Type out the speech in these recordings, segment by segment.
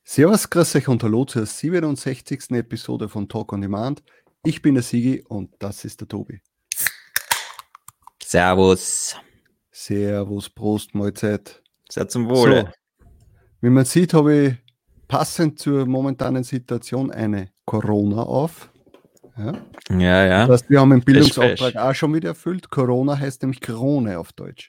Servus, grüß euch und hallo zur 67. Episode von Talk on Demand. Ich bin der Sigi und das ist der Tobi. Servus. Servus, Prost, Mahlzeit. Sehr zum Wohle. So, wie man sieht, habe ich passend zur momentanen Situation eine Corona auf. Ja. Das heißt, wir haben den Bildungsauftrag Fesch. auch schon wieder erfüllt. Corona heißt nämlich Krone auf Deutsch.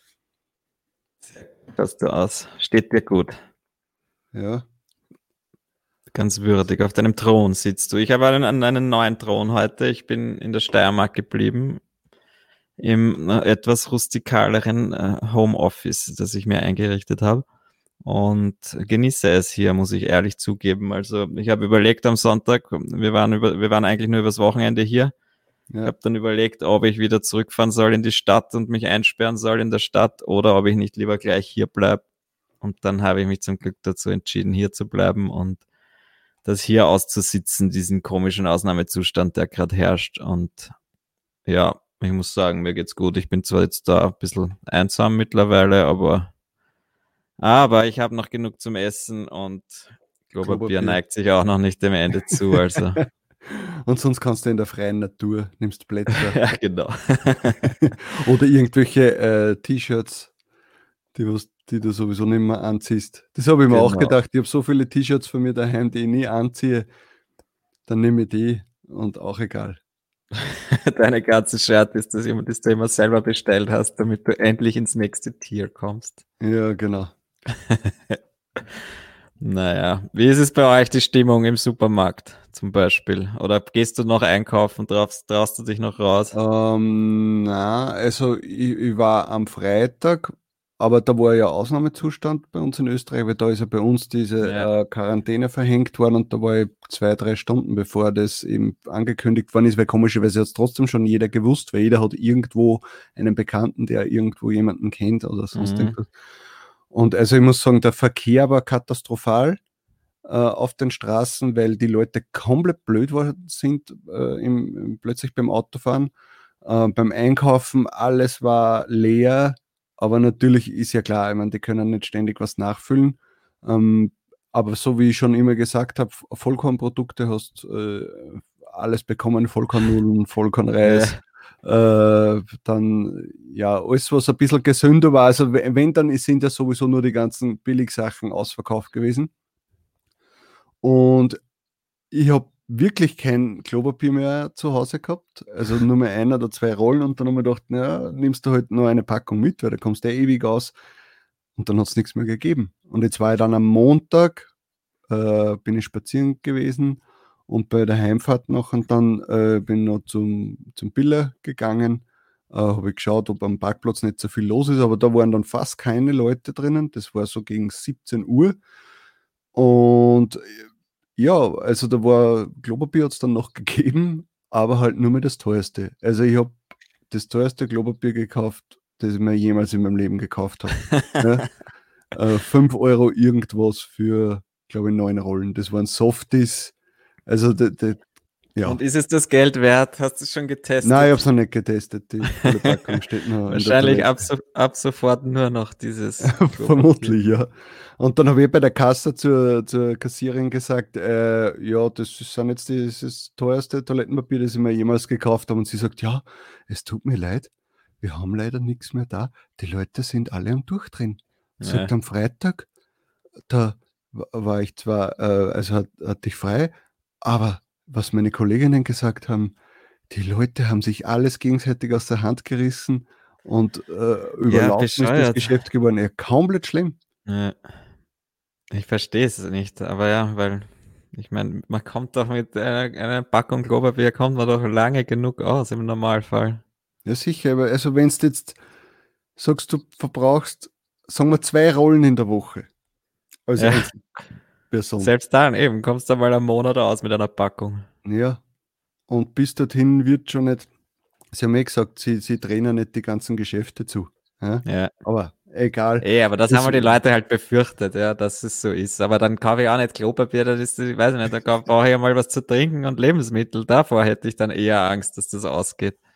Schaust du aus. Steht dir gut. Ja. Ganz würdig. Auf deinem Thron sitzt du. Ich habe einen neuen Thron heute. Ich bin in der Steiermark geblieben. Im etwas rustikaleren Homeoffice, das ich mir eingerichtet habe. Und genieße es hier, muss ich ehrlich zugeben. Also ich habe überlegt am Sonntag, wir waren eigentlich nur übers Wochenende hier. Ja. Ich habe dann überlegt, ob ich wieder zurückfahren soll in die Stadt und mich einsperren soll in der Stadt oder ob ich nicht lieber gleich hier bleibe. Und dann habe ich mich zum Glück dazu entschieden, hier zu bleiben und das hier auszusitzen, diesen komischen Ausnahmezustand, der gerade herrscht. Und ja, ich muss sagen, mir geht's gut. Ich bin zwar jetzt da ein bisschen einsam mittlerweile, aber ich habe noch genug zum Essen und Klopapier neigt sich auch noch nicht dem Ende zu. Also. Und sonst kannst du in der freien Natur, nimmst Blätter. Ja, genau. Oder irgendwelche T-Shirts, die du sowieso nicht mehr anziehst. Das habe ich mir auch gedacht. Ich habe so viele T-Shirts von mir daheim, die ich nie anziehe. Dann nehme ich die und auch egal. Deine ganze Shirt ist, dass du immer selber bestellt hast, damit du endlich ins nächste Tier kommst. Ja, genau. Naja, wie ist es bei euch die Stimmung im Supermarkt zum Beispiel? Oder gehst du noch einkaufen, traust du dich noch raus? Na, also ich war am Freitag, aber da war ja Ausnahmezustand bei uns in Österreich, weil da ist ja bei uns diese Quarantäne verhängt worden und da war ich 2-3 Stunden, bevor das eben angekündigt worden ist, weil komischerweise hat es trotzdem schon jeder gewusst, weil jeder hat irgendwo einen Bekannten, der irgendwo jemanden kennt oder sonst irgendwas. Und also ich muss sagen, der Verkehr war katastrophal auf den Straßen, weil die Leute komplett blöd sind plötzlich beim Autofahren. Beim Einkaufen, alles war leer, aber natürlich ist ja klar, ich meine, die können nicht ständig was nachfüllen. Aber so wie ich schon immer gesagt habe, Vollkornprodukte hast alles bekommen, Vollkornnudeln, Vollkornreis. Dann ja, alles, was ein bisschen gesünder war. Also wenn, dann sind ja sowieso nur die ganzen Billigsachen ausverkauft gewesen. Und ich habe wirklich kein Klopapier mehr zu Hause gehabt. Also nur mehr 1 oder 2 Rollen und dann habe ich gedacht, naja, nimmst du halt nur eine Packung mit, weil da kommst du ewig aus. Und dann hat es nichts mehr gegeben. Und jetzt war ich dann am Montag, bin ich spazieren gewesen und bei der Heimfahrt noch und dann bin ich noch zum Biller gegangen. Habe ich geschaut, ob am Parkplatz nicht so viel los ist, aber da waren dann fast keine Leute drinnen. Das war so gegen 17 Uhr. Und ja, also da war Klopapier hat es dann noch gegeben, aber halt nur mehr das teuerste. Also ich habe das teuerste Klopapier gekauft, das ich mir jemals in meinem Leben gekauft habe. Ja? 5 Euro irgendwas für, glaube ich, 9 Rollen. Das waren Softies. Also ja. Und ist es das Geld wert? Hast du es schon getestet? Nein, ich habe es noch nicht getestet. Die volle Packung steht noch. Wahrscheinlich ab sofort nur noch dieses. Vermutlich, ja. Und dann habe ich bei der Kasse zur Kassiererin gesagt, ja, das sind jetzt das teuerste Toilettenpapier, das ich mir jemals gekauft habe. Und sie sagt, ja, es tut mir leid, wir haben leider nichts mehr da. Die Leute sind alle am Durchdrehen. Sie sagt, am Freitag, da war ich zwar, also hatte ich frei, aber was meine Kolleginnen gesagt haben, die Leute haben sich alles gegenseitig aus der Hand gerissen und überlaufen ist das Geschäft geworden. Ja, komplett schlimm. Ja. Ich verstehe es nicht, aber ja, weil ich meine, man kommt doch mit einer Packung Klopapier, kommt man doch lange genug aus im Normalfall. Ja, sicher, aber also wenn du jetzt sagst, du verbrauchst, sagen wir, 2 Rollen in der Woche. Also Einzelperson. Selbst dann eben, kommst du mal einen Monat aus mit einer Packung. Ja, und bis dorthin wird schon nicht, sie haben gesagt, sie drehen ja nicht die ganzen Geschäfte zu. Ja. Aber egal. Aber das haben die Leute halt befürchtet, ja, dass es so ist. Aber dann kaufe ich auch nicht Klopapier, das ist, ich weiß nicht, dann brauche ich ja mal was zu trinken und Lebensmittel. Davor hätte ich dann eher Angst, dass das ausgeht.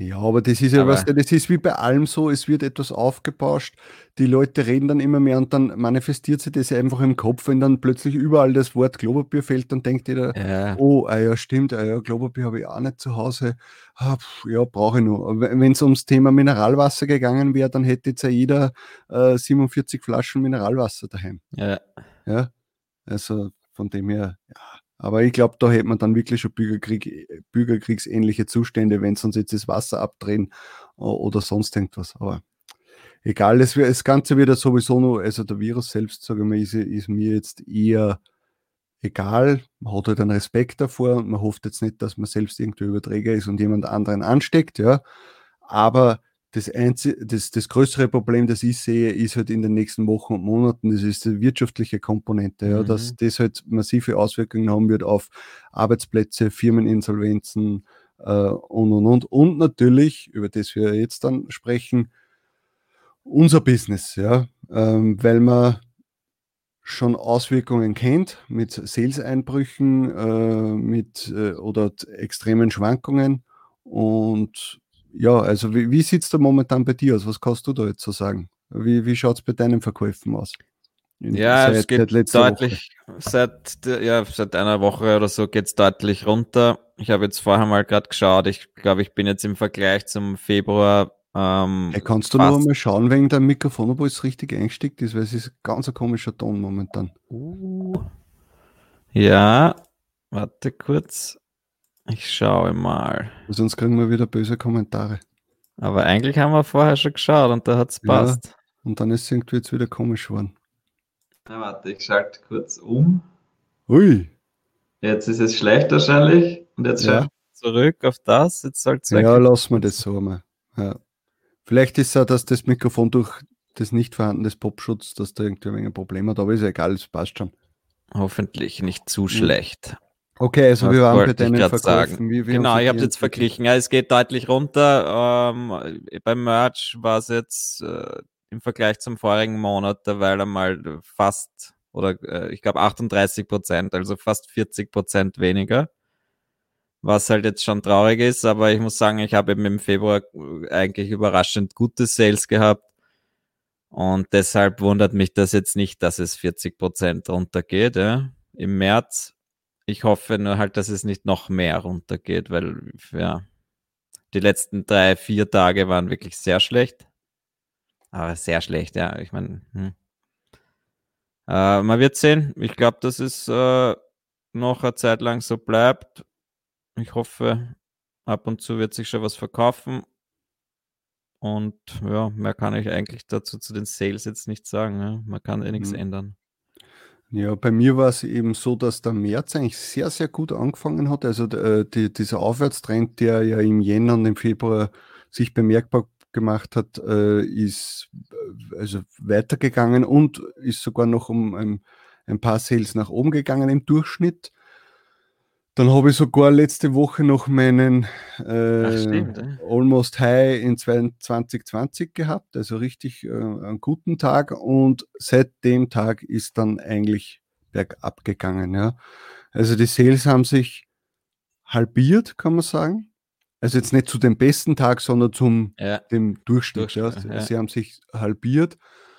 Ja, aber das ist ja was, Aber das ist wie bei allem so, es wird etwas aufgebauscht, die Leute reden dann immer mehr und dann manifestiert sich das einfach im Kopf, wenn dann plötzlich überall das Wort Klopapier fällt, dann denkt jeder, ja, oh, ah ja, stimmt, ah ja, Klopapier habe ich auch nicht zu Hause, ja, brauche ich nur. Wenn es ums Thema Mineralwasser gegangen wäre, dann hätte jetzt ja jeder 47 Flaschen Mineralwasser daheim. ja, Ja, also von dem her, ja. Aber ich glaube, da hätte man dann wirklich schon bürgerkriegsähnliche Zustände, wenn sie uns jetzt das Wasser abdrehen oder sonst irgendwas. Aber egal, das Ganze wird ja sowieso noch, also der Virus selbst, sage ich mal, ist mir jetzt eher egal. Man hat halt einen Respekt davor und man hofft jetzt nicht, dass man selbst irgendwie Überträger ist und jemand anderen ansteckt, ja. Aber das größere Problem, das ich sehe, ist halt in den nächsten Wochen und Monaten, das ist die wirtschaftliche Komponente, ja, dass mhm, das halt massive Auswirkungen haben wird auf Arbeitsplätze, Firmeninsolvenzen und. Und natürlich, über das wir jetzt dann sprechen, unser Business, ja, weil man schon Auswirkungen kennt mit Sales-Einbrüchen, oder extremen Schwankungen. Und ja, also wie sieht es da momentan bei dir aus? Was kannst du da jetzt so sagen? Wie schaut es bei deinen Verkäufen aus? ja, es Seit geht letzter Woche. deutlich, seit einer Woche oder so geht's deutlich runter. Ich habe jetzt vorher mal gerade geschaut, ich glaube, ich bin jetzt im Vergleich zum Februar Hey, kannst du noch fast. einmal schauen wegen deinem Mikrofon, ob es richtig eingesteckt ist, weil es ist ganz ein komischer Ton momentan. Ja, warte kurz, ich schaue mal. Sonst kriegen wir wieder böse Kommentare. Aber eigentlich haben wir vorher schon geschaut und da hat's Ja, passt. und dann ist es irgendwie jetzt wieder komisch geworden. Na, warte, ich schalte kurz um. Ui, Jetzt ist es schlecht wahrscheinlich. Und jetzt schalte ja. ich zurück auf das. Jetzt soll es Ja, wirklich lassen wir gut das sein. so einmal. Ja. Vielleicht ist es auch, dass das Mikrofon durch das nicht vorhanden des Popschutz, dass da irgendwie ein wenig ein Problem hat, aber ist ja egal, es passt schon. Hoffentlich nicht zu Mhm. schlecht. Okay, also Was wir waren bei wollte ich deinen gerade sagen? Verkäufen. Wie haben Genau, sie ich habe es die jetzt entwickelt? verglichen. Ja, es geht deutlich runter. Beim Merch war es jetzt im Vergleich zum vorigen Monat derweil einmal fast, oder ich glaube 38%, also fast 40% weniger. Was halt jetzt schon traurig ist, aber ich muss sagen, ich habe eben im Februar eigentlich überraschend gute Sales gehabt. Und deshalb wundert mich das jetzt nicht, dass es 40% runtergeht, ja, im März. Ich hoffe nur halt, dass es nicht noch mehr runtergeht, weil, ja, die letzten 3, 4 Tage waren wirklich sehr schlecht. Aber sehr schlecht, ja. Ich meine, man wird sehen. Ich glaube, dass es noch eine Zeit lang so bleibt. Ich hoffe, ab und zu wird sich schon was verkaufen. Und ja, mehr kann ich eigentlich dazu zu den Sales jetzt nicht sagen. Ja. Man kann eh nichts Mhm. ändern. Ja, bei mir war es eben so, dass der März eigentlich sehr, sehr gut angefangen hat. Also dieser Aufwärtstrend, der ja im Jänner und im Februar sich bemerkbar gemacht hat, ist also weitergegangen und ist sogar noch um ein paar Sales nach oben gegangen im Durchschnitt. Dann habe ich sogar letzte Woche noch meinen Ach, stimmt. Ja. Almost High in 2020 gehabt, also richtig einen guten Tag und seit dem Tag ist dann eigentlich bergab gegangen. Ja. Also die Sales haben sich halbiert, kann man sagen. Also jetzt nicht zu dem besten Tag, sondern zum Ja, dem Durchschnitt. Ja. Ja. Sie haben sich halbiert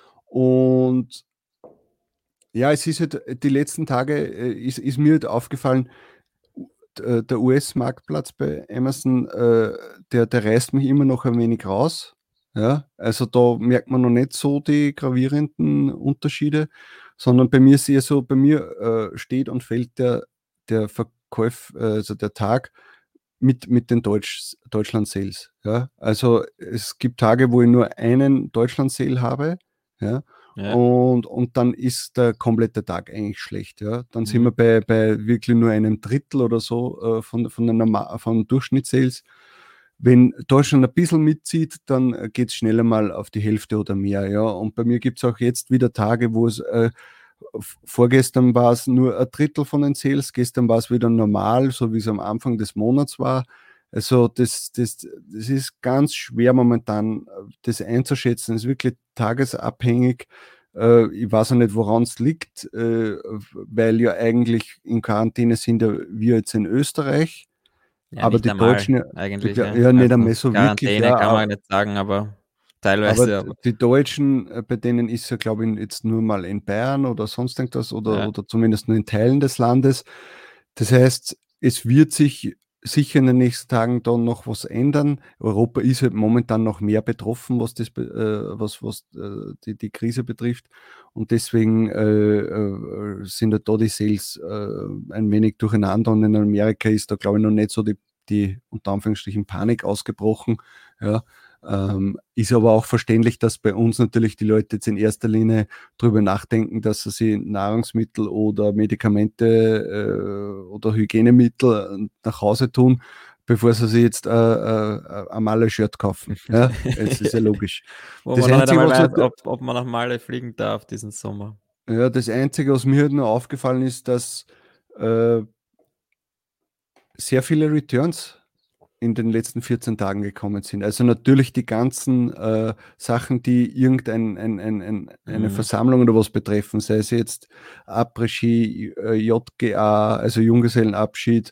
und ja, es ist halt die letzten Tage ist mir halt aufgefallen, der US-Marktplatz bei Amazon, der reißt mich immer noch ein wenig raus. Ja, also da merkt man noch nicht so die gravierenden Unterschiede, sondern bei mir ist eher so, bei mir steht und fällt der Verkauf, also der Tag mit den Deutschland-Sales. Ja, also es gibt Tage, wo ich nur einen Deutschland-Sale habe, ja, Ja. und dann ist der komplette Tag eigentlich schlecht. Ja. Dann sind wir Mhm. bei wirklich nur einem Drittel oder so von Durchschnittssales. Wenn Deutschland ein bisschen mitzieht, dann geht es schneller mal auf die Hälfte oder mehr. Ja. Und bei mir gibt es auch jetzt wieder Tage, wo es vorgestern war es nur ein Drittel von den Sales, gestern war es wieder normal, so wie es am Anfang des Monats war. Also das ist ganz schwer momentan, das einzuschätzen. Es ist wirklich tagesabhängig. Ich weiß auch nicht, woran es liegt, weil ja eigentlich in Quarantäne sind ja wir jetzt in Österreich. Ja, Aber nicht die einmal Deutschen, eigentlich, ja. ja, nicht Also einmal so wirklich, Quarantäne kann ja, man nicht sagen, aber aber teilweise, aber die Deutschen, bei denen ist ja, glaube ich, jetzt nur mal in Bayern oder sonst irgendwas ja. oder zumindest nur in Teilen des Landes. Das heißt, es wird sich sicher in den nächsten Tagen dann noch was ändern. Europa ist halt momentan noch mehr betroffen, was die Krise betrifft. Und deswegen sind halt da die Sales ein wenig durcheinander. Und in Amerika ist da, glaube ich, noch nicht so die unter Anführungsstrichen Panik ausgebrochen. Ja. Ist aber auch verständlich, dass bei uns natürlich die Leute jetzt in erster Linie darüber nachdenken, dass sie Nahrungsmittel oder Medikamente oder Hygienemittel nach Hause tun, bevor sie sich jetzt ein Malle-Shirt kaufen. Ja, es ist ja logisch. Wo Das man noch nicht Einzige, einmal was, weiß, ob man nach Malle fliegen darf diesen Sommer. ja, das Einzige, was mir halt noch aufgefallen ist, dass äh, sehr viele Returns in den letzten 14 Tagen gekommen sind. Also natürlich die ganzen Sachen, die eine Mhm. Versammlung oder was betreffen, sei es jetzt Après-Ski, JGA, also Junggesellenabschied,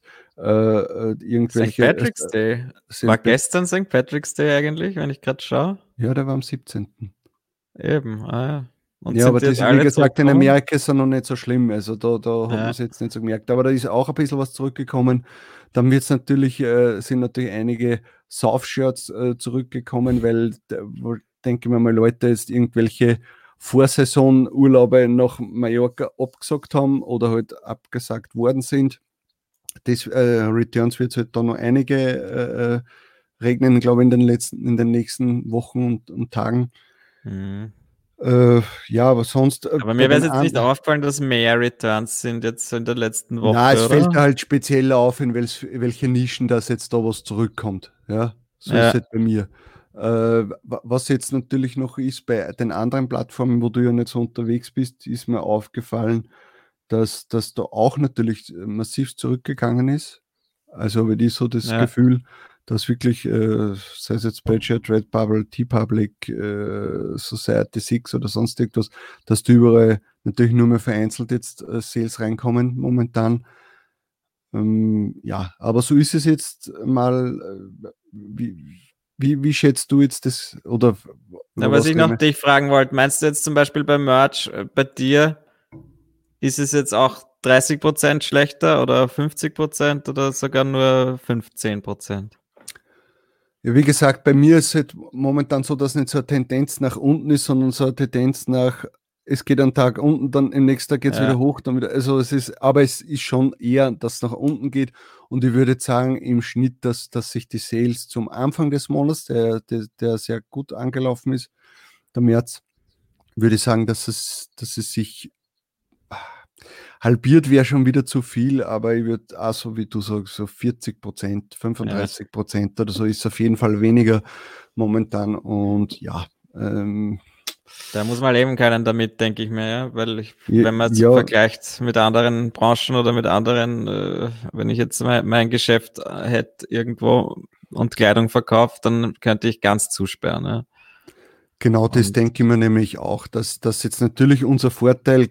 St. irgendwelche Patrick's Day. War sind, gestern St. Patrick's Day eigentlich, wenn ich gerade schaue? ja, der war am 17. Eben, ah ja. Und Ja, aber sind die jetzt das, wie alle gesagt, in zurückgekommen? Amerika ist er noch nicht so schlimm. Also da hat man Ja. es jetzt nicht so gemerkt. Aber da ist auch ein bisschen was zurückgekommen. Dann sind natürlich einige Saufshirts zurückgekommen, weil, wo, denke ich mir mal, Leute jetzt irgendwelche Vorsaisonurlaube nach Mallorca abgesagt haben oder halt abgesagt worden sind. Das Returns wird es halt da noch einige regnen, glaube ich, in den nächsten Wochen und Tagen. Mhm. Ja, aber sonst Aber bei mir wäre es den jetzt nicht anderen. aufgefallen, dass mehr Returns sind jetzt so in der letzten Na, es Woche, fällt da oder? halt speziell auf, in welche Nischen das jetzt da was zurückkommt. Ja, so ist es Ja, halt bei mir. Was jetzt natürlich noch ist, bei den anderen Plattformen, wo du ja nicht so unterwegs bist, ist mir aufgefallen, dass da auch natürlich massiv zurückgegangen ist. Also habe ich so das ja. Gefühl, dass wirklich, sei es jetzt Spreadshirt, Redbubble, TeePublic, Society 6 oder sonst irgendwas, dass da überall natürlich nur mehr vereinzelt jetzt Sales reinkommen momentan. Ja, aber so ist es jetzt mal. Wie schätzt du jetzt das oder Na, über was was ich noch reden dich fragen wollte, meinst du jetzt zum Beispiel beim Merch, bei dir ist es jetzt auch 30% schlechter oder 50% oder sogar nur 15%? Ja, wie gesagt, bei mir ist es halt momentan so, dass nicht so eine Tendenz nach unten ist, sondern so eine Tendenz nach, es geht einen Tag unten, dann im nächsten Tag geht es Ja, wieder hoch, dann wieder, also aber es ist schon eher, dass es nach unten geht und ich würde sagen, im Schnitt, dass sich die Sales zum Anfang des Monats, der sehr gut angelaufen ist, der März, würde ich sagen, dass es sich halbiert wäre schon wieder zu viel, aber ich würde auch so, wie du sagst, so 40%, ja. 35% oder so ist auf jeden Fall weniger momentan. Und ja, ähm, Da muss man leben können damit, denke ich mir, ja. Weil wenn man jetzt ja, vergleicht mit anderen Branchen oder mit anderen, wenn ich jetzt mein Geschäft hätte irgendwo und Kleidung verkauft, dann könnte ich ganz zusperren. Ja. genau das Und denke ich mir nämlich auch, dass das jetzt natürlich unser Vorteil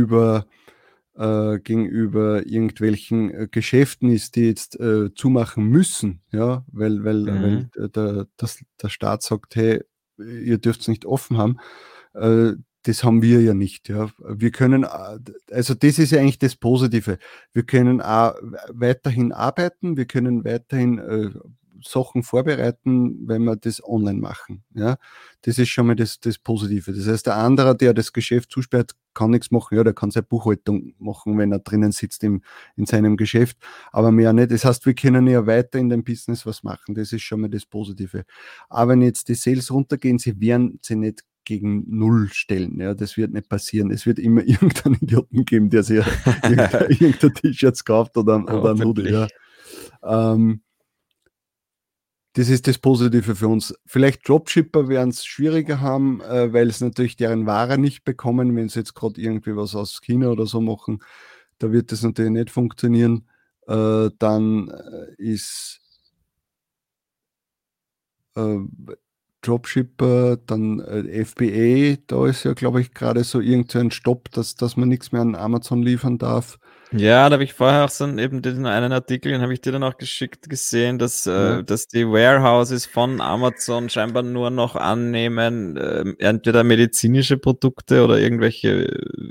gegenüber irgendwelchen Geschäften ist, die jetzt zumachen müssen, ja, weil mhm. der Staat sagt, hey, ihr dürft es nicht offen haben. Äh, Das haben wir ja nicht. Ja. Wir können, also das ist ja eigentlich das Positive. Wir können auch weiterhin arbeiten, wir können weiterhin Sachen vorbereiten, wenn wir das online machen. Ja. Das ist schon mal das Positive. Das heißt, der andere, der das Geschäft zusperrt, kann nichts machen. Ja, der kann seine Buchhaltung machen, wenn er drinnen sitzt in seinem Geschäft, aber mehr nicht. Das heißt, wir können ja weiter in dem Business was machen. Das ist schon mal das Positive. Aber wenn jetzt die Sales runtergehen, sie werden sie nicht gegen Null stellen. Ja, das wird nicht passieren. Es wird immer irgendeinen Idioten geben, der sich irgendein T-Shirt kauft oder ein Hoodie. Ja. Hoffentlich. Ähm, Das ist das Positive für uns. Vielleicht Dropshipper werden es schwieriger haben, weil es natürlich deren Ware nicht bekommen, wenn sie jetzt gerade irgendwie was aus China oder so machen. Da wird das natürlich nicht funktionieren. Dann ist, äh, Dropshipper, dann FBA, da ist ja, glaube ich, gerade so irgendein Stopp, dass man nichts mehr an Amazon liefern darf. Ja, da habe ich vorher auch so eben diesen einen Artikel, den habe ich dir dann auch geschickt gesehen, Ja, dass die Warehouses von Amazon scheinbar nur noch annehmen, entweder medizinische Produkte oder irgendwelche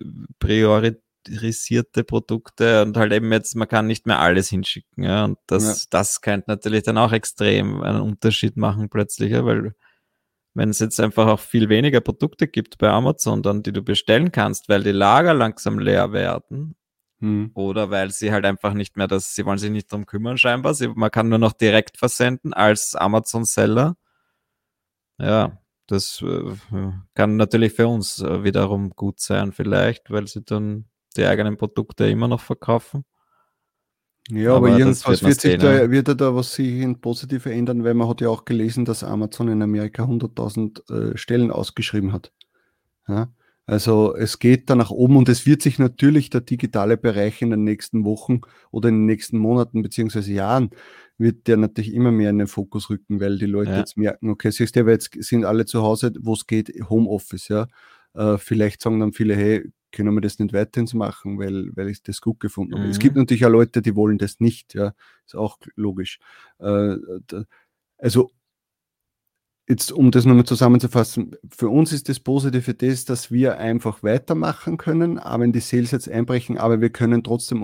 priorisierte Produkte und halt eben jetzt, man kann nicht mehr alles hinschicken. Ja, und ja, das könnte natürlich dann auch extrem einen Unterschied machen plötzlich, ja, weil wenn es jetzt einfach auch viel weniger Produkte gibt bei Amazon, dann die du bestellen kannst, weil die Lager langsam leer werden hm. oder weil sie halt einfach nicht mehr sie wollen sich nicht drum kümmern scheinbar. Man kann nur noch direkt versenden als Amazon-Seller. Ja, das kann natürlich für uns wiederum gut sein vielleicht, weil sie dann die eigenen Produkte immer noch verkaufen. Ja, aber Aber das wird irgendwas man sehen, ja. wird ja da was sich in positiv verändern, weil man hat ja auch gelesen, dass Amazon in Amerika 100.000 Stellen ausgeschrieben hat. Ja? Also es geht da nach oben und es wird sich natürlich der digitale Bereich in den nächsten Wochen oder in den nächsten Monaten beziehungsweise Jahren wird der natürlich immer mehr in den Fokus rücken, weil die Leute Ja, jetzt merken, okay, siehst du, aber jetzt sind alle zu Hause, wo es geht, Homeoffice, ja. Vielleicht sagen dann viele, hey, können wir das nicht weiterhin so machen, weil ich das gut gefunden habe. Es gibt mhm. natürlich auch Leute, die wollen das nicht, ja, ist auch logisch. Äh, also jetzt, um das nochmal zusammenzufassen, für uns ist das Positive das, dass wir einfach weitermachen können, auch wenn die Sales jetzt einbrechen, aber wir können trotzdem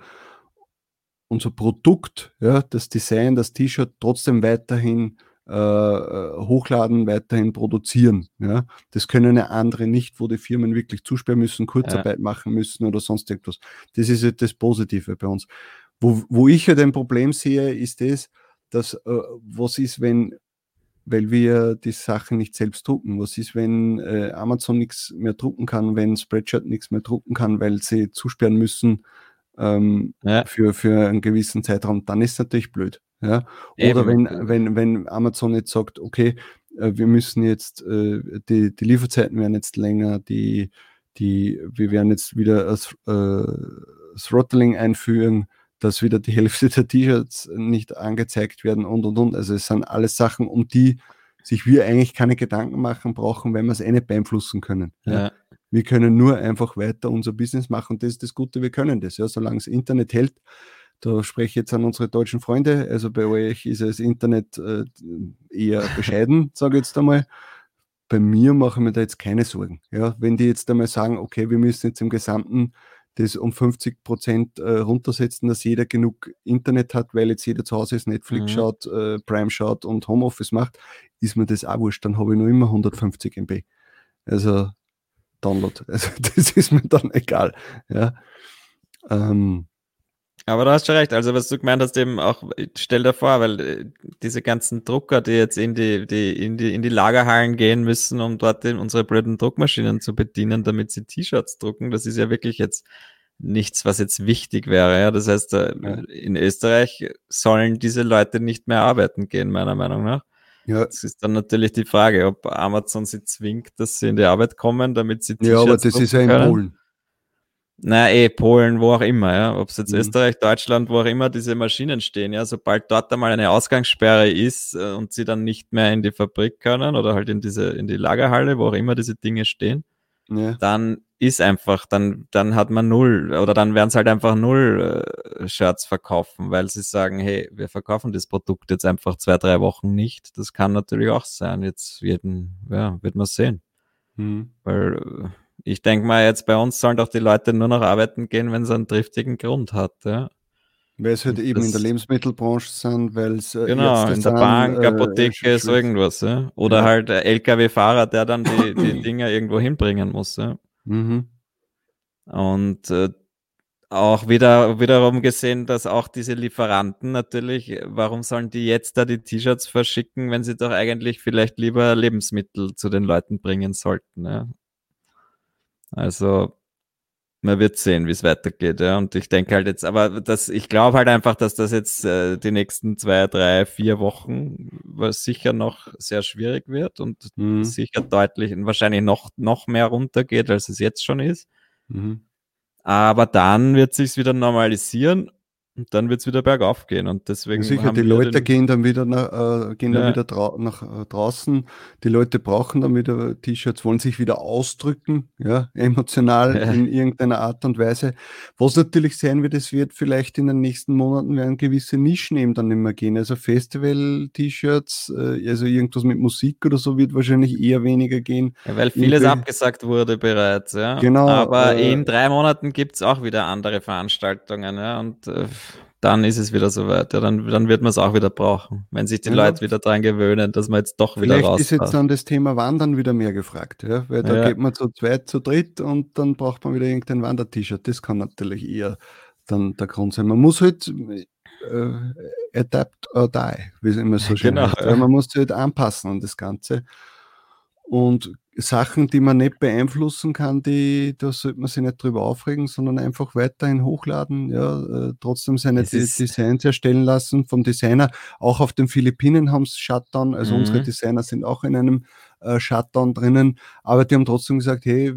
unser Produkt, ja, das Design, das T-Shirt trotzdem weiterhin hochladen, weiterhin produzieren. Ja. Das können ja andere nicht, wo die Firmen wirklich zusperren müssen, Ja, Kurzarbeit machen müssen oder sonst irgendwas. Das ist halt das Positive bei uns. Wo ich halt ein Problem sehe, ist das, dass was ist, wenn weil wir die Sachen nicht selbst drucken. Was ist, wenn Amazon nichts mehr drucken kann, wenn Spreadshirt nichts mehr drucken kann, weil sie zusperren müssen ja, für einen gewissen Zeitraum? Dann ist es natürlich blöd. Ja? Oder eben. wenn Amazon jetzt sagt, okay, wir müssen jetzt, die Lieferzeiten werden jetzt länger, wir werden jetzt wieder Throttling einführen, dass wieder die Hälfte der T-Shirts nicht angezeigt werden und. Also es sind alles Sachen, um die sich wir eigentlich keine Gedanken machen brauchen, wenn wir es eh nicht beeinflussen können. Ja. Ja, Wir können nur einfach weiter unser Business machen. Das ist das Gute, wir können das. Ja. Solange das Internet hält, da spreche ich jetzt an unsere deutschen Freunde, also bei euch ist das Internet eher bescheiden, sage ich jetzt einmal. Bei mir mache ich mir da jetzt keine Sorgen. Ja, wenn die jetzt einmal sagen, okay, wir müssen jetzt im Gesamten das um 50% runtersetzen, dass jeder genug Internet hat, weil jetzt jeder zu Hause ist, Netflix mhm. schaut, Prime schaut und Homeoffice macht, ist mir das auch wurscht. Dann habe ich noch immer 150 MB. Also Download. Also das ist mir dann egal. Ja, ähm, Aber du hast schon recht. Also, was du gemeint hast, eben auch, stell dir vor, weil diese ganzen Drucker, die jetzt in die Lagerhallen gehen müssen, um dort unsere blöden Druckmaschinen zu bedienen, damit sie T-Shirts drucken, das ist ja wirklich jetzt nichts, was jetzt wichtig wäre. Ja? Das heißt, ja, in Österreich sollen diese Leute nicht mehr arbeiten gehen, meiner Meinung nach. ja, Es ist dann natürlich die Frage, ob Amazon sie zwingt, dass sie in die Arbeit kommen, damit sie ja, aber T-Shirts das ist ja drucken in können. Polen. Na, Polen, wo auch immer, ja. Ob es jetzt Mhm. Österreich, Deutschland, wo auch immer diese Maschinen stehen, ja. Sobald dort einmal eine Ausgangssperre ist und sie dann nicht mehr in die Fabrik können oder halt in die Lagerhalle, wo auch immer diese Dinge stehen, Ja. dann ist einfach, dann hat man null oder dann werden es halt einfach null Shirts verkaufen, weil sie sagen, hey, wir verkaufen das Produkt jetzt einfach 2, 3 Wochen nicht. Das kann natürlich auch sein. Jetzt wird man sehen. Mhm. Weil ich denke mal, jetzt bei uns sollen doch die Leute nur noch arbeiten gehen, wenn es einen triftigen Grund hat. Ja? Weil es halt Und eben in der das, Lebensmittelbranche sind, weil es genau, Ärzte in der sind, Bank, Apotheke, so Schulz. irgendwas. Ja? Oder Ja. halt der LKW-Fahrer, der dann die Dinger irgendwo hinbringen muss. Ja? Mhm. Und auch wiederum gesehen, dass auch diese Lieferanten natürlich, warum sollen die jetzt da die T-Shirts verschicken, wenn sie doch eigentlich vielleicht lieber Lebensmittel zu den Leuten bringen sollten. Ja? Also man wird sehen, wie es weitergeht, ja. Und ich denke halt jetzt, ich glaube halt einfach, dass das jetzt die nächsten 2, 3, 4 Wochen was sicher noch sehr schwierig wird und Mhm. sicher deutlich und wahrscheinlich noch mehr runtergeht, als es jetzt schon ist. Mhm. Aber dann wird sich's wieder normalisieren Und dann wird es wieder bergauf gehen. Und Ja, deswegen sicher, die haben wir Leute den, gehen dann wieder ja, nach draußen. Die Leute brauchen dann wieder T-Shirts, wollen sich wieder ausdrücken, ja, emotional ja, in irgendeiner Art und Weise. Was natürlich sein wird, es wird vielleicht in den nächsten Monaten werden gewisse Nischen eben dann nicht mehr gehen. Also Festival-T-Shirts, also irgendwas mit Musik oder so wird wahrscheinlich eher weniger gehen. weil vieles Irgendwie, abgesagt wurde bereits, ja. genau, Aber in 3 Monaten gibt es auch wieder andere Veranstaltungen, ja. Und dann ist es wieder soweit. Ja, dann wird man es auch wieder brauchen, wenn sich die ja, Leute wieder dran gewöhnen, dass man jetzt doch wieder vielleicht raus ist jetzt darf. dann das Thema Wandern wieder mehr gefragt, ja? Weil da Ja, geht man zu zweit, zu dritt und dann braucht man wieder irgendein Wander-T-Shirt. Das kann natürlich eher dann der Grund sein. Man muss halt adapt or die, wie es immer so schön genau. heißt. Ja? Ja. Man muss sich halt anpassen an das Ganze. Und Sachen, die man nicht beeinflussen kann, da sollte man sich nicht drüber aufregen, sondern einfach weiterhin hochladen, ja, trotzdem seine Es ist, Designs erstellen lassen vom Designer. Auch auf den Philippinen haben sie Shutdown, also unsere mhm. Designer sind auch in einem Shutdown drinnen, aber die haben trotzdem gesagt, hey,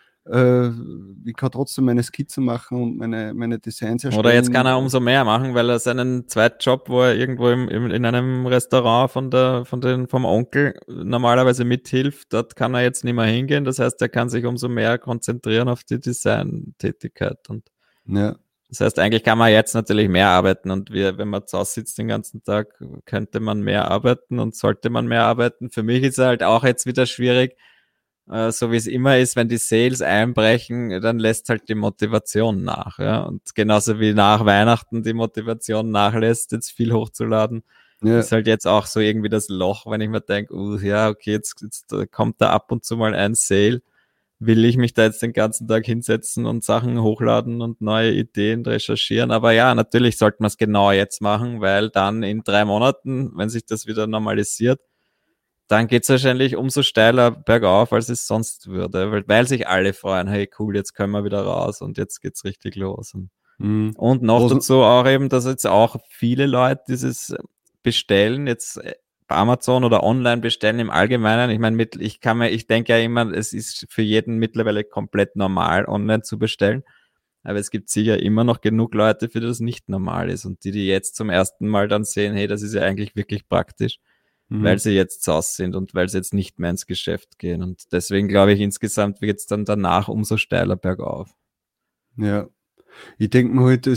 ich kann trotzdem meine Skizzen machen und meine Designs Oder jetzt erstellen. kann er umso mehr machen, weil er seinen Zweitjob, wo er irgendwo in einem Restaurant vom Onkel normalerweise mithilft, dort kann er jetzt nicht mehr hingehen. Das heißt, er kann sich umso mehr konzentrieren auf die Design-Tätigkeit. Und Ja, das heißt, eigentlich kann man jetzt natürlich mehr arbeiten und wenn man zu Hause sitzt den ganzen Tag, könnte man mehr arbeiten und sollte man mehr arbeiten. Für mich ist es halt auch jetzt wieder schwierig, so wie es immer ist, wenn die Sales einbrechen, dann lässt halt die Motivation nach. Ja? Und genauso wie nach Weihnachten die Motivation nachlässt, jetzt viel hochzuladen, ja, ist halt jetzt auch so irgendwie das Loch, wenn ich mir denke, ja, okay, jetzt kommt da ab und zu mal ein Sale. Will ich mich da jetzt den ganzen Tag hinsetzen und Sachen hochladen und neue Ideen recherchieren? Aber ja, natürlich sollte man es genau jetzt machen, weil dann in 3 Monaten, wenn sich das wieder normalisiert, dann geht es wahrscheinlich umso steiler bergauf, als es sonst würde, weil sich alle freuen, hey cool, jetzt können wir wieder raus und jetzt geht's richtig los. mhm. Und noch Was, dazu auch eben, dass jetzt auch viele Leute dieses Bestellen jetzt bei Amazon oder online bestellen im Allgemeinen. Ich meine, ich denke ja immer, es ist für jeden mittlerweile komplett normal, online zu bestellen. Aber es gibt sicher immer noch genug Leute, für die das nicht normal ist und die jetzt zum ersten Mal dann sehen, hey, das ist ja eigentlich wirklich praktisch, weil mhm. sie jetzt saus sind und weil sie jetzt nicht mehr ins Geschäft gehen. Und deswegen glaube ich, insgesamt wird es dann danach umso steiler bergauf. Ja. Ich denke mir halt,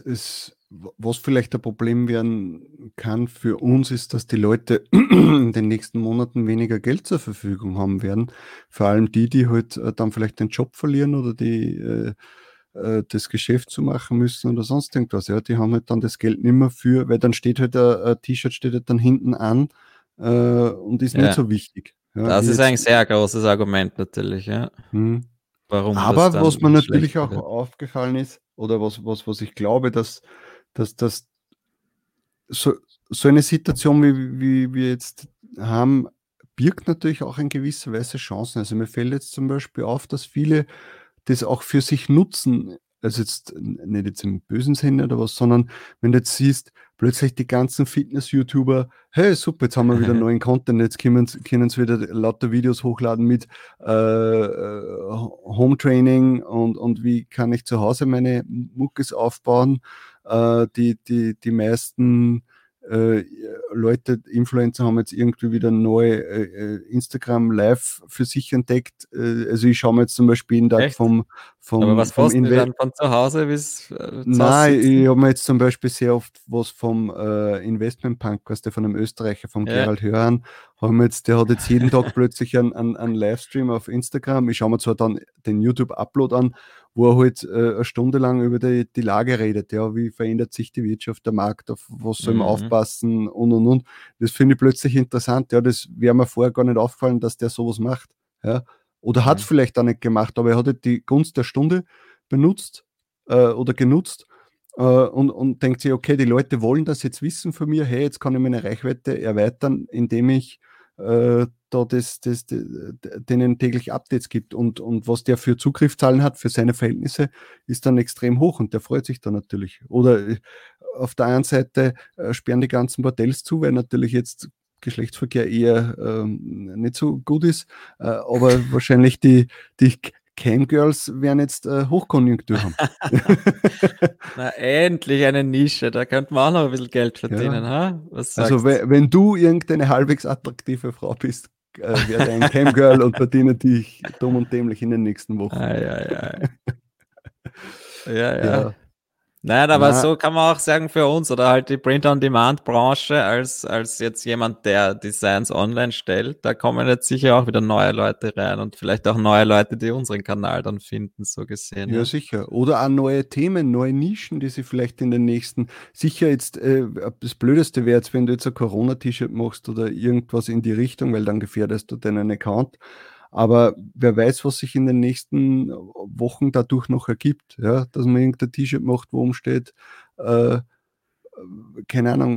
was vielleicht ein Problem werden kann für uns, ist, dass die Leute in den nächsten Monaten weniger Geld zur Verfügung haben werden. Vor allem die, die halt dann vielleicht den Job verlieren oder die das Geschäft zu machen müssen oder sonst irgendwas. Ja, die haben halt dann das Geld nicht mehr für, weil dann steht halt ein T-Shirt steht halt dann hinten an und ist nicht Ja, so wichtig. Ja, das wie ist jetzt. ein sehr großes Argument natürlich, ja, Hm. warum das Aber was mir dann natürlich schlechter auch wird. aufgefallen ist, oder was ich glaube, dass so, so eine Situation, wie wir jetzt haben, birgt natürlich auch in gewisser Weise Chancen. Also mir fällt jetzt zum Beispiel auf, dass viele das auch für sich nutzen. Also jetzt nicht jetzt im bösen Sinne oder was, sondern wenn du jetzt siehst, plötzlich die ganzen Fitness-YouTuber, hey, super, jetzt haben wir wieder neuen Content, jetzt können sie wieder lauter Videos hochladen mit Home-Training und wie kann ich zu Hause meine Muckis aufbauen. Die meisten äh, Leute, Influencer haben jetzt irgendwie wieder neu Instagram Live für sich entdeckt. Also ich schaue mir jetzt zum Beispiel jeden Tag Echt? Aber was vom posten die Invest. dann von zu Hause bis zu Hause Nein, ich sitzen? habe mir jetzt zum Beispiel sehr oft was vom Investment-Punk, weißt du, von einem Österreicher, vom Ja. Gerald Hörhan, der hat jetzt jeden Tag plötzlich einen Livestream auf Instagram. Ich schaue mir zwar dann den YouTube-Upload an, wo er halt eine Stunde lang über die Lage redet, ja, wie verändert sich die Wirtschaft, der Markt, auf was soll man Mhm. aufpassen und. Das finde ich plötzlich interessant, ja, das wäre mir vorher gar nicht aufgefallen, dass der sowas macht, ja. Oder hat es Mhm. vielleicht auch nicht gemacht, aber er hat halt die Gunst der Stunde benutzt oder genutzt und denkt sich, okay, die Leute wollen das jetzt wissen von mir, hey, jetzt kann ich meine Reichweite erweitern, indem ich da denen täglich Updates gibt und was der für Zugriffszahlen hat für seine Verhältnisse, ist dann extrem hoch und der freut sich dann natürlich. Oder auf der einen Seite sperren die ganzen Bordells zu, weil natürlich jetzt Geschlechtsverkehr eher nicht so gut ist, aber wahrscheinlich die Camgirls werden jetzt Hochkonjunktur haben. Na, endlich eine Nische, da könnte man auch noch ein bisschen Geld verdienen, Ja. ha? Was Also sagst du? wenn du irgendeine halbwegs attraktive Frau bist, werde ein Camgirl und verdiene dich dumm und dämlich in den nächsten Wochen. Ei, ei, ei. Ja, ja. Ja, Nein, aber na, so kann man auch sagen für uns oder halt die Print-on-Demand-Branche als jetzt jemand, der Designs online stellt, da kommen jetzt sicher auch wieder neue Leute rein und vielleicht auch neue Leute, die unseren Kanal dann finden, so gesehen, ja, ja. sicher. Oder auch neue Themen, neue Nischen, die sie vielleicht in den nächsten, sicher jetzt, das Blödeste wäre jetzt, wenn du jetzt ein Corona-T-Shirt machst oder irgendwas in die Richtung, weil dann gefährdest du deinen Account. Aber wer weiß, was sich in den nächsten Wochen dadurch noch ergibt, ja, dass man irgendein T-Shirt macht, wo umsteht, äh, keine Ahnung,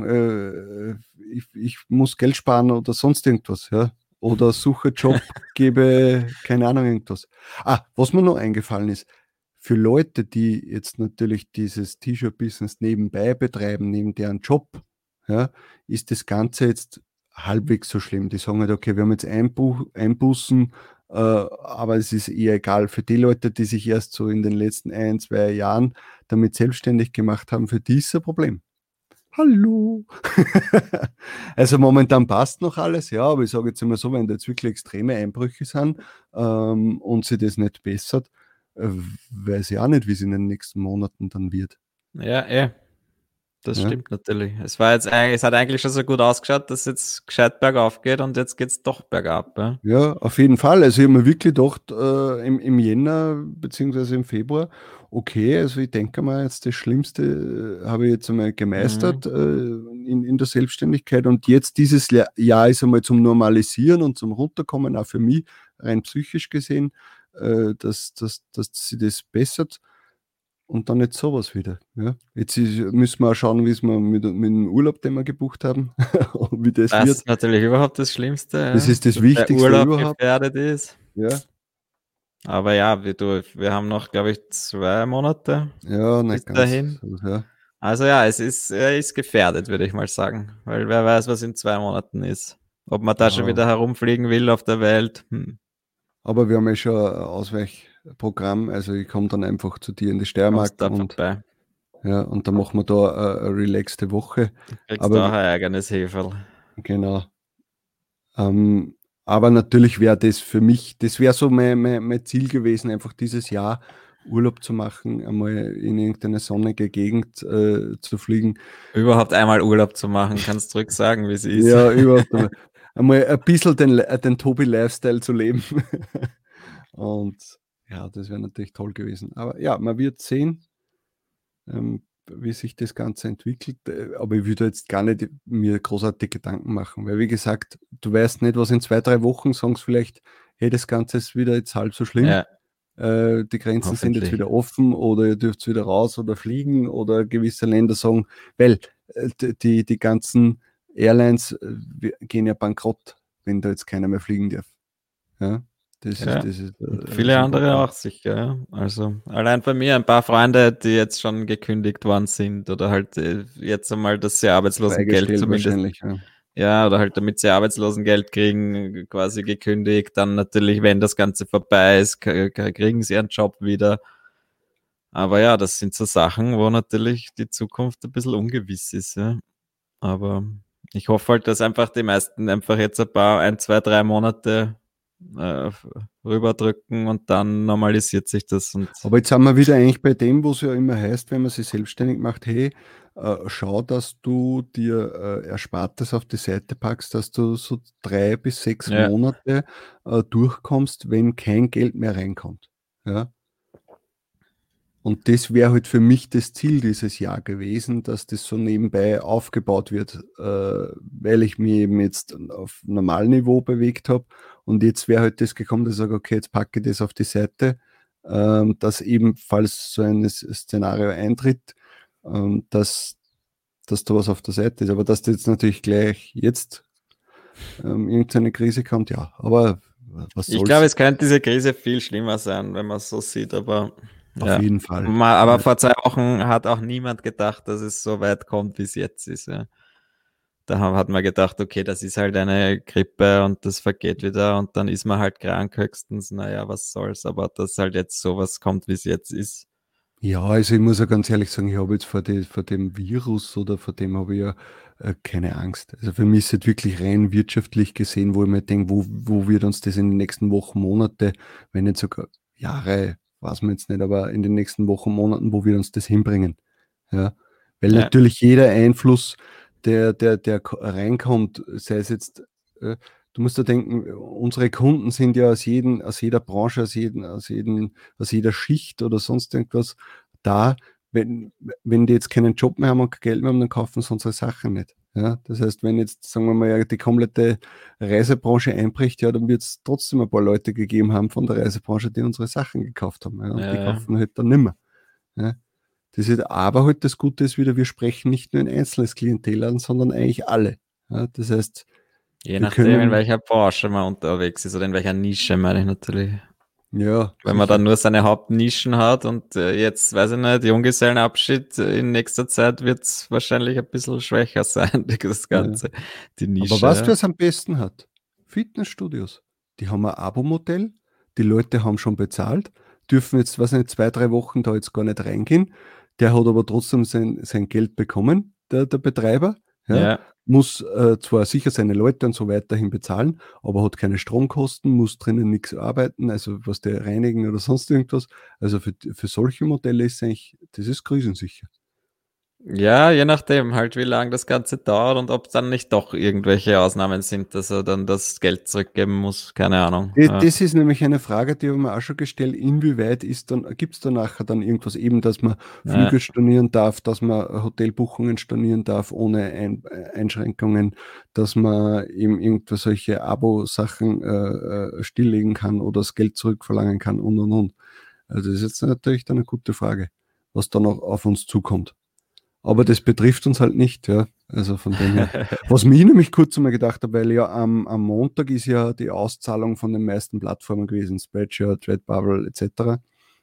ich muss Geld sparen oder sonst irgendwas, ja. Oder suche Job, gebe, keine Ahnung, irgendwas. Ah, was mir noch eingefallen ist, für Leute, die jetzt natürlich dieses T-Shirt-Business nebenbei betreiben, neben deren Job, ja, ist das Ganze jetzt halbwegs so schlimm. Die sagen halt, okay, wir haben jetzt Einbußen, aber es ist eher egal. Für die Leute, die sich erst so in den letzten 1, 2 Jahren damit selbstständig gemacht haben, für die ist ein Problem. Hallo. Also momentan passt noch alles, ja, aber ich sage jetzt immer so, wenn da jetzt wirklich extreme Einbrüche sind und sich das nicht bessert, weiß ich auch nicht, wie es in den nächsten Monaten dann wird. Ja, das Ja, stimmt natürlich. Es hat eigentlich schon so gut ausgeschaut, dass es jetzt gescheit bergauf geht und jetzt geht es doch bergab. Ja. ja, auf jeden Fall. Also ich habe mir wirklich gedacht, im Jänner beziehungsweise im Februar, okay, also ich denke mal, jetzt das Schlimmste habe ich jetzt einmal Mhm. gemeistert in der Selbstständigkeit und jetzt dieses Jahr ist einmal zum Normalisieren und zum Runterkommen, auch für mich, rein psychisch gesehen, dass sie das bessert und dann jetzt sowas wieder. Ja. Müssen wir auch schauen, wie es wir mit dem Urlaub, den wir gebucht haben, wie das Das wird. ist natürlich überhaupt das Schlimmste, Das ja, ist das dass der Wichtigste Urlaub überhaupt. gefährdet ist. Ja. Aber ja, wir haben noch, glaube ich, 2 Monate Ja, bis nicht ganz dahin. so, ja. Also ja, er ist gefährdet, würde ich mal sagen. Weil wer weiß, was in 2 Monaten ist. Ob man da schon Ja. wieder herumfliegen will auf der Welt. Aber wir haben ja schon ein Ausweichprogramm. Also ich komme dann einfach zu dir in die Kommst Steiermark da und vorbei. ja, und dann machen wir da eine relaxte Woche. Kriegst Aber da auch ein eigenes Heferl. genau. Ähm, aber natürlich wäre das für mich, das wäre so mein Ziel gewesen, einfach dieses Jahr Urlaub zu machen, einmal in irgendeine sonnige Gegend zu fliegen. Überhaupt einmal Urlaub zu machen, kannst du ruhig sagen, wie es ist. Ja, überhaupt einmal ein bisschen den Tobi-Lifestyle zu leben. Und ja, das wäre natürlich toll gewesen. Aber ja, man wird sehen, wie sich das Ganze entwickelt. Aber ich würde jetzt gar nicht mir großartig Gedanken machen, weil wie gesagt, du weißt nicht, was in 2, 3 Wochen sagen sie vielleicht, hey, das Ganze ist wieder jetzt halb so schlimm. Ja, Die Grenzen sind jetzt hoffentlich. wieder offen oder ihr dürft wieder raus oder fliegen oder gewisse Länder sagen, weil die ganzen Airlines gehen ja bankrott, wenn da jetzt keiner mehr fliegen darf. Ja, Ja. das ist Und ein viele andere Riesenproblem. auch sicher. Ja. Also allein bei mir ein paar Freunde, die jetzt schon gekündigt worden sind oder halt jetzt einmal, dass sie Arbeitslosengeld Freigestellt zumindest, wahrscheinlich. Ja. ja, oder halt damit sie Arbeitslosengeld kriegen, quasi gekündigt. Dann natürlich, wenn das Ganze vorbei ist, kriegen sie ihren Job wieder. Aber ja, das sind so Sachen, wo natürlich die Zukunft ein bisschen ungewiss ist. Ja. Aber ich hoffe halt, dass einfach die meisten einfach jetzt 1, 2, 3 Monate äh, rüberdrücken und dann normalisiert sich das und Aber jetzt sind wir wieder eigentlich bei dem, wo es ja immer heißt, wenn man sich selbstständig macht, hey, schau, dass du dir Erspartes auf die Seite packst, dass du so 3 bis 6 ja, Monate durchkommst, wenn kein Geld mehr reinkommt. Ja? Und das wäre halt für mich das Ziel dieses Jahr gewesen, dass das so nebenbei aufgebaut wird, weil ich mich eben jetzt auf Normalniveau bewegt habe. Und jetzt wäre halt das gekommen, dass ich sage, okay, jetzt packe ich das auf die Seite, dass ebenfalls so ein Szenario eintritt, dass da was auf der Seite ist. Aber dass das jetzt natürlich gleich jetzt irgendeine Krise kommt, ja, aber was ich glaube, soll's? es könnte diese Krise viel schlimmer sein, wenn man es so sieht, aber Auf ja. jeden Fall. Aber Ja. vor 2 Wochen hat auch niemand gedacht, dass es so weit kommt, wie es jetzt ist. Ja. hat man gedacht, okay, das ist halt eine Grippe und das vergeht wieder und dann ist man halt krank höchstens, naja, was soll's, aber dass halt jetzt sowas kommt, wie es jetzt ist. Ja, also ich muss ja ganz ehrlich sagen, ich habe jetzt vor dem Virus oder vor dem habe ich ja keine Angst. Also für mich ist es wirklich rein wirtschaftlich gesehen, wo ich mir denke, wo wird uns das in den nächsten Wochen, Monate, wenn nicht sogar Jahre, weiß man jetzt nicht, aber in den nächsten Wochen, Monaten, wo wir uns das hinbringen. Ja, weil Ja, natürlich jeder Einfluss, der reinkommt, sei es jetzt, du musst ja denken, unsere Kunden sind ja aus jeder Branche, aus jeder Schicht oder sonst irgendwas da. Wenn die jetzt keinen Job mehr haben und kein Geld mehr haben, dann kaufen sie unsere Sachen nicht. Ja, das heißt, wenn jetzt, sagen wir mal, ja, die komplette Reisebranche einbricht, ja, dann wird es trotzdem ein paar Leute gegeben haben von der Reisebranche, die unsere Sachen gekauft haben. Ja, und die ja, kaufen halt dann nimmer. Ja. Das ist aber halt das Gute ist wieder, wir sprechen nicht nur ein einzelnes Klientel an, sondern eigentlich alle. Ja, das heißt, je wir nachdem, in können, welcher Branche man unterwegs ist oder in welcher Nische, meine ich natürlich. ja, Wenn man sicher. dann nur seine Hauptnischen hat und jetzt, weiß ich nicht, Junggesellenabschied in nächster Zeit wird es wahrscheinlich ein bisschen schwächer sein, das Ja. Ganze, die Aber Nische. weißt du, Ja. was am besten hat? Fitnessstudios. Die haben ein Abo-Modell, die Leute haben schon bezahlt, dürfen jetzt, weiß nicht, 2, 3 Wochen da jetzt gar nicht reingehen. Der hat aber trotzdem sein Geld bekommen, der Betreiber. Ja, Ja. muss zwar sicher seine Leute und so weiterhin bezahlen, aber hat keine Stromkosten, muss drinnen nichts arbeiten, also was der reinigen oder sonst irgendwas. Also für solche Modelle ist eigentlich, das ist krisensicher. Ja, je nachdem halt, wie lange das Ganze dauert und ob dann nicht doch irgendwelche Ausnahmen sind, dass er dann das Geld zurückgeben muss. Keine Ahnung. Ja, Das ist nämlich eine Frage, die habe ich mir auch schon gestellt. Inwieweit gibt es da nachher dann irgendwas eben, dass man ja, Flüge stornieren darf, dass man Hotelbuchungen stornieren darf ohne Einschränkungen, dass man eben irgendwo solche Abo-Sachen stilllegen kann oder das Geld zurückverlangen kann und. Also das ist jetzt natürlich dann eine gute Frage, was da noch auf uns zukommt. Aber das betrifft uns halt nicht, ja. Also von dem her. Was mich nämlich kurz einmal gedacht habe, weil ja am Montag ist ja die Auszahlung von den meisten Plattformen gewesen, Spreadshirt, Redbubble etc.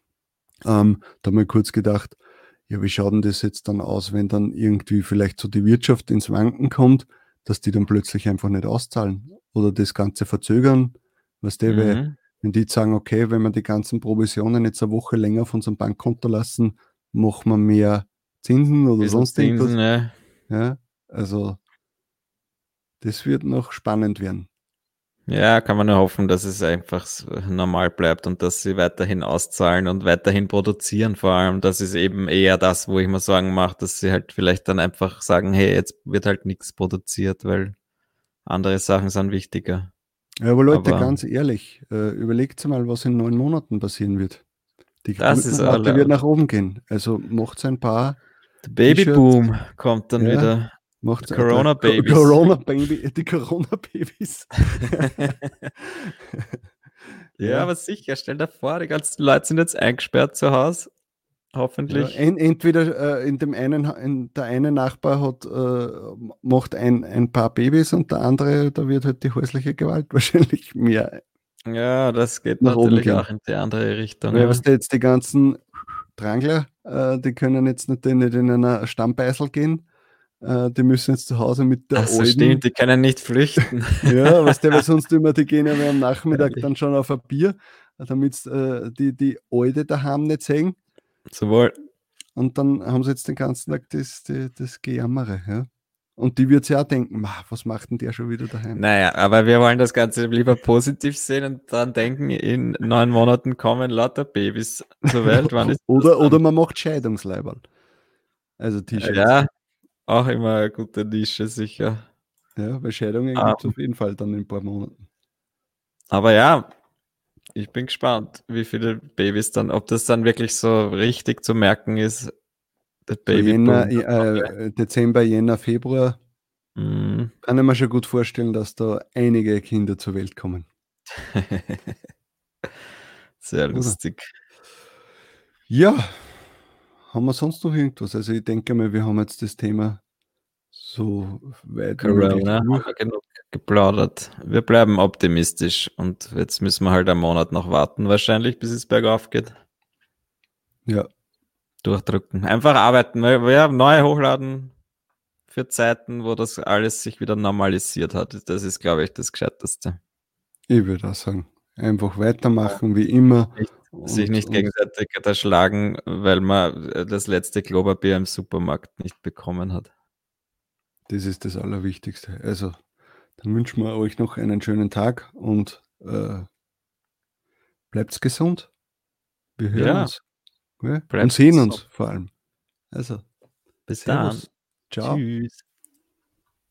Da habe ich kurz gedacht, ja, wie schaut denn das jetzt dann aus, wenn dann irgendwie vielleicht so die Wirtschaft ins Wanken kommt, dass die dann plötzlich einfach nicht auszahlen oder das Ganze verzögern, weißt du, weil mhm. wenn die jetzt sagen, okay, wenn wir die ganzen Provisionen jetzt eine Woche länger auf unserem Bankkonto lassen, machen wir mehr Zinsen oder Bisschen sonst irgendwas. Zinsen, ja. Ja, also das wird noch spannend werden. Ja, kann man nur hoffen, dass es einfach normal bleibt und dass sie weiterhin auszahlen und weiterhin produzieren. Vor allem, das ist eben eher das, wo ich mir Sorgen mache, dass sie halt vielleicht dann einfach sagen, hey, jetzt wird halt nichts produziert, weil andere Sachen sind wichtiger. Ja, aber Leute, Aber ganz ehrlich, überlegt mal, was in 9 Monaten passieren wird. Die das ist Geburtenrate wird alle. nach oben gehen. Also macht ein paar Der T-Shirts, Babyboom kommt dann ja, wieder. macht Corona-Babys. Corona-Baby, die Corona-Babys. Ja, Ja, aber sicher, stell dir vor, die ganzen Leute sind jetzt eingesperrt zu Hause. ja. Hoffentlich. Entweder der eine Nachbar macht ein paar Babys und der andere, da wird halt die häusliche Gewalt wahrscheinlich mehr Ja, das geht nach oben natürlich gehen. auch in die andere Richtung, Weil ja. was da jetzt die ganzen Drangler, die können jetzt natürlich nicht in einer Stammbeißel gehen. Die müssen jetzt zu Hause mit der Ach so, stimmt, alten, die können nicht flüchten. ja, was der, weil sonst immer, die gehen ja am Nachmittag Herrlich. dann schon auf ein Bier, damit die alte daheim nicht sehen. Sowohl. Und dann haben sie jetzt den ganzen Tag das Gejammere. Ja. Und die wird sich auch denken, was macht denn der schon wieder daheim? Naja, aber wir wollen das Ganze lieber positiv sehen und dran denken, in 9 Monaten kommen lauter Babys zur Welt. Wann ist das Oder dann? man macht Scheidungsleiberl, also T-Shirts. Ja, auch immer eine gute Nische, sicher. Ja, weil Scheidungen gibt es Ähm, auf jeden Fall dann in ein paar Monaten. aber ja, ich bin gespannt, wie viele Babys dann, ob das dann wirklich so richtig zu merken ist, der So Jänner, Babyboom. Dezember, Jänner, Februar, Mhm. kann ich mir schon gut vorstellen, dass da einige Kinder zur Welt kommen. Sehr Oder? lustig. Ja, haben wir sonst noch irgendwas? Also ich denke mal, wir haben jetzt das Thema so weit wie möglich Corona, haben durch. wir genug geplaudert. Wir bleiben optimistisch und jetzt müssen wir halt einen Monat noch warten, wahrscheinlich, bis es bergauf geht. Ja, Durchdrücken. Einfach arbeiten. Ja, neu hochladen, für Zeiten, wo das alles sich wieder normalisiert hat. Das ist, glaube ich, das Gescheiteste. Ich würde auch sagen, einfach weitermachen wie immer. Sich nicht gegenseitig erschlagen, weil man das letzte Klopapier im Supermarkt nicht bekommen hat. Das ist das Allerwichtigste. Also, dann wünschen wir euch noch einen schönen Tag und bleibt gesund. Wir hören uns. Ja? Und sehen uns vor allem. Also, bis Servus. dann. Ciao. Tschüss.